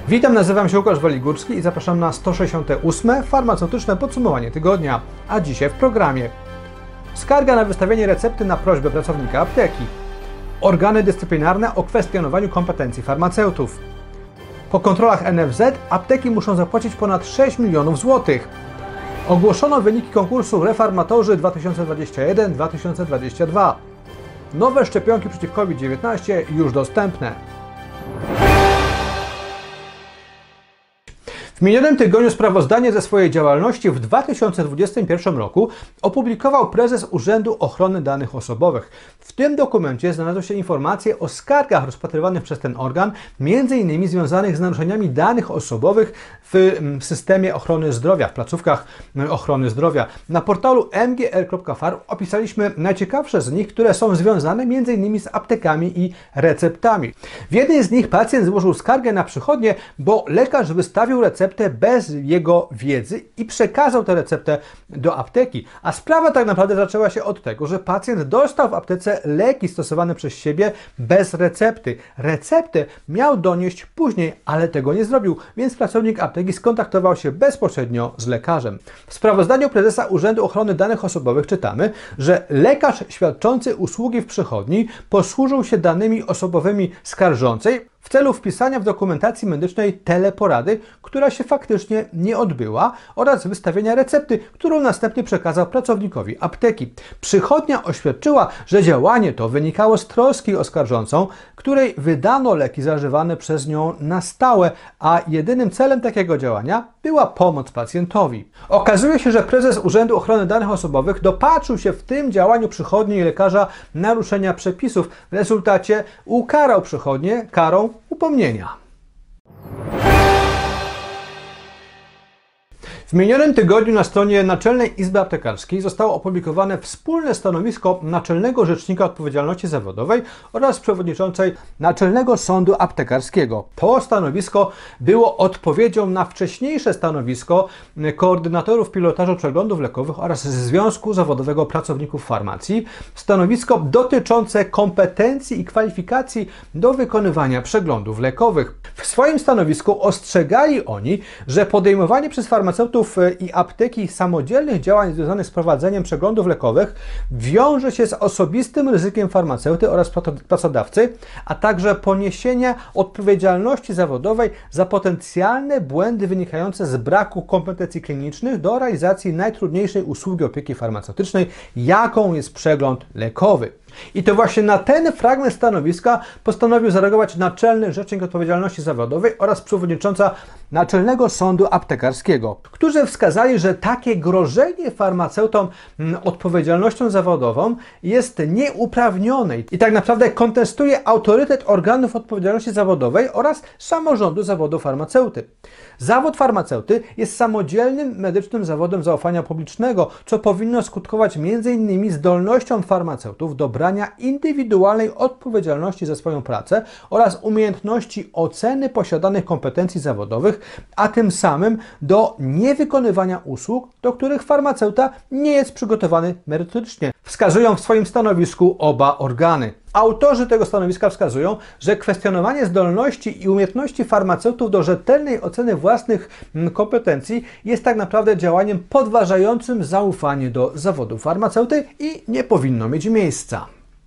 Witam, nazywam się Łukasz Waligórski i zapraszam na 168. farmaceutyczne podsumowanie tygodnia. A dzisiaj w programie: skarga na wystawienie recepty na prośbę pracownika apteki, organy dyscyplinarne o kwestionowaniu kompetencji farmaceutów. Po kontrolach NFZ apteki muszą zapłacić ponad 6 milionów złotych. Ogłoszono wyniki konkursu Refarmatorzy 2021-2022. Nowe szczepionki przeciw COVID-19 już dostępne. W minionym tygodniu sprawozdanie ze swojej działalności w 2021 roku opublikował prezes Urzędu Ochrony Danych Osobowych. W tym dokumencie znalazły się informacje o skargach rozpatrywanych przez ten organ, m.in. związanych z naruszeniami danych osobowych w systemie ochrony zdrowia, w placówkach ochrony zdrowia. Na portalu mgr.far opisaliśmy najciekawsze z nich, które są związane m.in. z aptekami i receptami. W jednej z nich pacjent złożył skargę na przychodnię, bo lekarz wystawił receptę bez jego wiedzy i przekazał tę receptę do apteki. A sprawa tak naprawdę zaczęła się od tego, że pacjent dostał w aptece leki stosowane przez siebie bez recepty. Receptę miał donieść później, ale tego nie zrobił, więc pracownik apteki skontaktował się bezpośrednio z lekarzem. W sprawozdaniu prezesa Urzędu Ochrony Danych Osobowych czytamy, że lekarz świadczący usługi w przychodni posłużył się danymi osobowymi skarżącej w celu wpisania w dokumentacji medycznej teleporady, która się faktycznie nie odbyła, oraz wystawienia recepty, którą następnie przekazał pracownikowi apteki. Przychodnia oświadczyła, że działanie to wynikało z troski o skarżącą, której wydano leki zażywane przez nią na stałe, a jedynym celem takiego działania była pomoc pacjentowi. Okazuje się, że prezes Urzędu Ochrony Danych Osobowych dopatrzył się w tym działaniu przychodni i lekarza naruszenia przepisów. W rezultacie ukarał przychodnię karą upomnienia. W minionym tygodniu na stronie Naczelnej Izby Aptekarskiej zostało opublikowane wspólne stanowisko Naczelnego Rzecznika Odpowiedzialności Zawodowej oraz przewodniczącej Naczelnego Sądu Aptekarskiego. To stanowisko było odpowiedzią na wcześniejsze stanowisko koordynatorów pilotażu przeglądów lekowych oraz Związku Zawodowego Pracowników Farmacji. Stanowisko dotyczące kompetencji i kwalifikacji do wykonywania przeglądów lekowych. W swoim stanowisku ostrzegali oni, że podejmowanie przez farmaceutów i apteki samodzielnych działań związanych z prowadzeniem przeglądów lekowych wiąże się z osobistym ryzykiem farmaceuty oraz pracodawcy, a także poniesienia odpowiedzialności zawodowej za potencjalne błędy wynikające z braku kompetencji klinicznych do realizacji najtrudniejszej usługi opieki farmaceutycznej, jaką jest przegląd lekowy. I to właśnie na ten fragment stanowiska postanowił zareagować Naczelny Rzecznik Odpowiedzialności Zawodowej oraz przewodnicząca Naczelnego Sądu Aptekarskiego, którzy wskazali, że takie grożenie farmaceutom odpowiedzialnością zawodową jest nieuprawnione i tak naprawdę kontestuje autorytet organów odpowiedzialności zawodowej oraz samorządu zawodu farmaceuty. Zawód farmaceuty jest samodzielnym medycznym zawodem zaufania publicznego, co powinno skutkować m.in. zdolnością farmaceutów do brania indywidualnej odpowiedzialności za swoją pracę oraz umiejętności oceny posiadanych kompetencji zawodowych, a tym samym do niewykonywania usług, do których farmaceuta nie jest przygotowany merytorycznie. Wskazują w swoim stanowisku oba organy. Autorzy tego stanowiska wskazują, że kwestionowanie zdolności i umiejętności farmaceutów do rzetelnej oceny własnych kompetencji jest tak naprawdę działaniem podważającym zaufanie do zawodu farmaceuty i nie powinno mieć miejsca.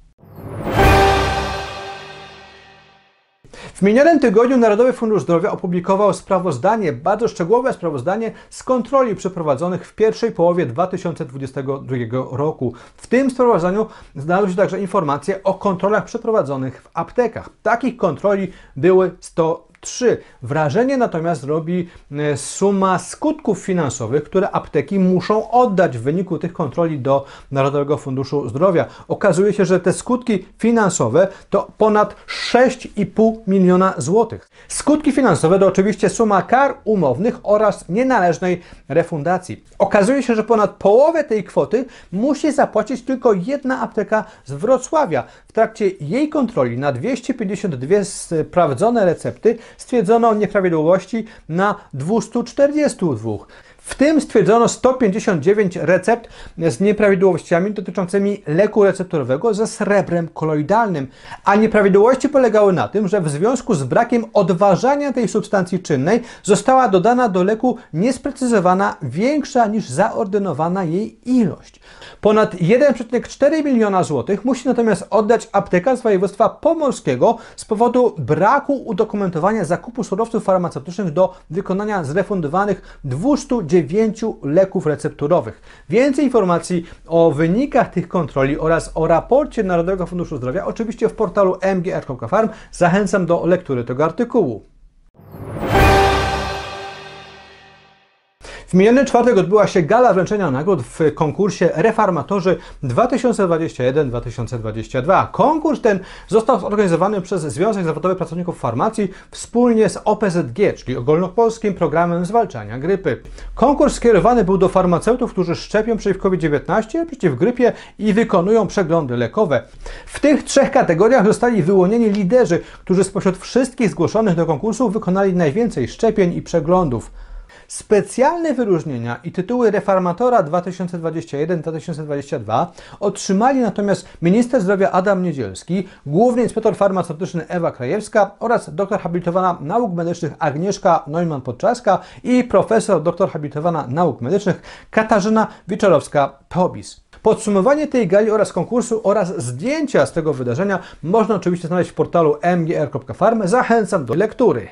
W minionym tygodniu Narodowy Fundusz Zdrowia opublikował sprawozdanie, bardzo szczegółowe sprawozdanie z kontroli przeprowadzonych w pierwszej połowie 2022 roku. W tym sprawozdaniu znalazły się także informacje o kontrolach przeprowadzonych w aptekach. Takich kontroli były 103. Wrażenie natomiast robi suma skutków finansowych, które apteki muszą oddać w wyniku tych kontroli do Narodowego Funduszu Zdrowia. Okazuje się, że te skutki finansowe to ponad 6,5 miliona złotych. Skutki finansowe to oczywiście suma kar umownych oraz nienależnej refundacji. Okazuje się, że ponad połowę tej kwoty musi zapłacić tylko jedna apteka z Wrocławia. W trakcie jej kontroli na 252 sprawdzone recepty stwierdzono nieprawidłowości na 242. W tym stwierdzono 159 recept z nieprawidłowościami dotyczącymi leku recepturowego ze srebrem koloidalnym, a nieprawidłowości polegały na tym, że w związku z brakiem odważania tej substancji czynnej została dodana do leku niesprecyzowana większa niż zaordynowana jej ilość. Ponad 1,4 miliona złotych musi natomiast oddać apteka z województwa pomorskiego z powodu braku udokumentowania zakupu surowców farmaceutycznych do wykonania zrefundowanych 209 leków recepturowych. Więcej informacji o wynikach tych kontroli oraz o raporcie Narodowego Funduszu Zdrowia oczywiście w portalu mgr.farm. Zachęcam do lektury tego artykułu. W miniony czwartek odbyła się gala wręczenia nagród w konkursie Reformatorzy 2021-2022. Konkurs ten został zorganizowany przez Związek Zawodowy Pracowników Farmacji wspólnie z OPZG, czyli Ogólnopolskim Programem Zwalczania Grypy. Konkurs skierowany był do farmaceutów, którzy szczepią przeciw COVID-19, przeciw grypie i wykonują przeglądy lekowe. W tych trzech kategoriach zostali wyłonieni liderzy, którzy spośród wszystkich zgłoszonych do konkursu wykonali najwięcej szczepień i przeglądów. Specjalne wyróżnienia i tytuły Reformatora 2021-2022 otrzymali natomiast minister zdrowia Adam Niedzielski, główny inspektor farmaceutyczny Ewa Krajewska oraz doktor habilitowana nauk medycznych Agnieszka Neumann-Podczaska i profesor doktor habilitowana nauk medycznych Katarzyna Wieczorowska-Tobis. Podsumowanie tej gali oraz konkursu oraz zdjęcia z tego wydarzenia można oczywiście znaleźć w portalu mgr.farm. Zachęcam do lektury.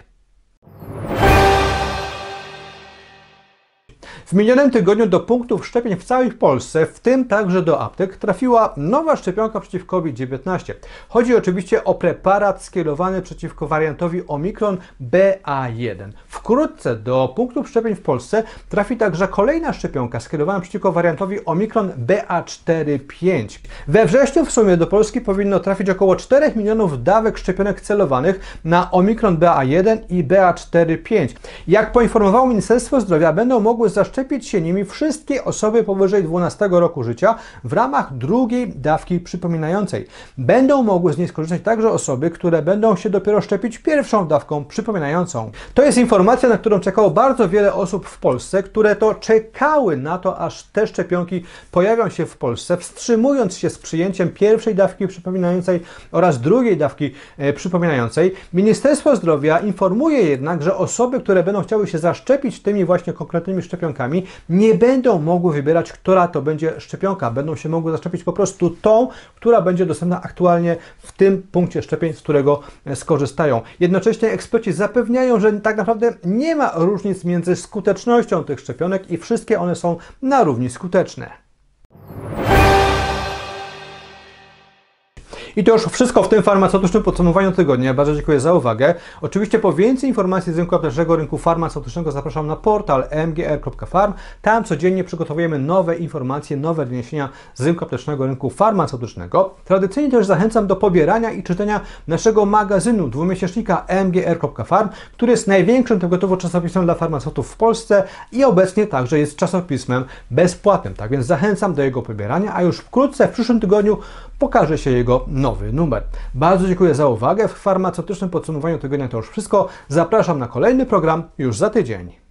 W minionym tygodniu do punktów szczepień w całej Polsce, w tym także do aptek, trafiła nowa szczepionka przeciw COVID-19. Chodzi oczywiście o preparat skierowany przeciwko wariantowi Omikron BA1. Wkrótce do punktów szczepień w Polsce trafi także kolejna szczepionka skierowana przeciwko wariantowi Omikron BA4.5. We wrześniu w sumie do Polski powinno trafić około 4 milionów dawek szczepionek celowanych na Omikron BA1 i BA4.5. Jak poinformowało Ministerstwo Zdrowia, będą mogły zaszczepić się nimi wszystkie osoby powyżej 12 roku życia w ramach drugiej dawki przypominającej. Będą mogły z niej skorzystać także osoby, które będą się dopiero szczepić pierwszą dawką przypominającą. To jest informacja, na którą czekało bardzo wiele osób w Polsce, które to czekały na to, aż te szczepionki pojawią się w Polsce, wstrzymując się z przyjęciem pierwszej dawki przypominającej oraz drugiej dawki przypominającej. Ministerstwo Zdrowia informuje jednak, że osoby, które będą chciały się zaszczepić tymi właśnie konkretnymi szczepionkami, nie będą mogły wybierać, która to będzie szczepionka. Będą się mogły zaszczepić po prostu tą, która będzie dostępna aktualnie w tym punkcie szczepień, z którego skorzystają. Jednocześnie eksperci zapewniają, że tak naprawdę nie ma różnic między skutecznością tych szczepionek i wszystkie one są na równi skuteczne. I to już wszystko w tym farmaceutycznym podsumowaniu tygodnia. Bardzo dziękuję za uwagę. Oczywiście po więcej informacji z rynku aptecznego, rynku farmaceutycznego zapraszam na portal mgr.farm. Tam codziennie przygotowujemy nowe informacje, nowe doniesienia z rynku aptecznego, rynku farmaceutycznego. Tradycyjnie też zachęcam do pobierania i czytania naszego magazynu dwumiesięcznika mgr.farm, który jest największym tego czasopismem dla farmaceutów w Polsce i obecnie także jest czasopismem bezpłatnym. Tak więc zachęcam do jego pobierania, a już wkrótce, w przyszłym tygodniu pokaże się jego nowy numer. Bardzo dziękuję za uwagę. W farmaceutycznym podsumowaniu tygodnia to już wszystko. Zapraszam na kolejny program już za tydzień.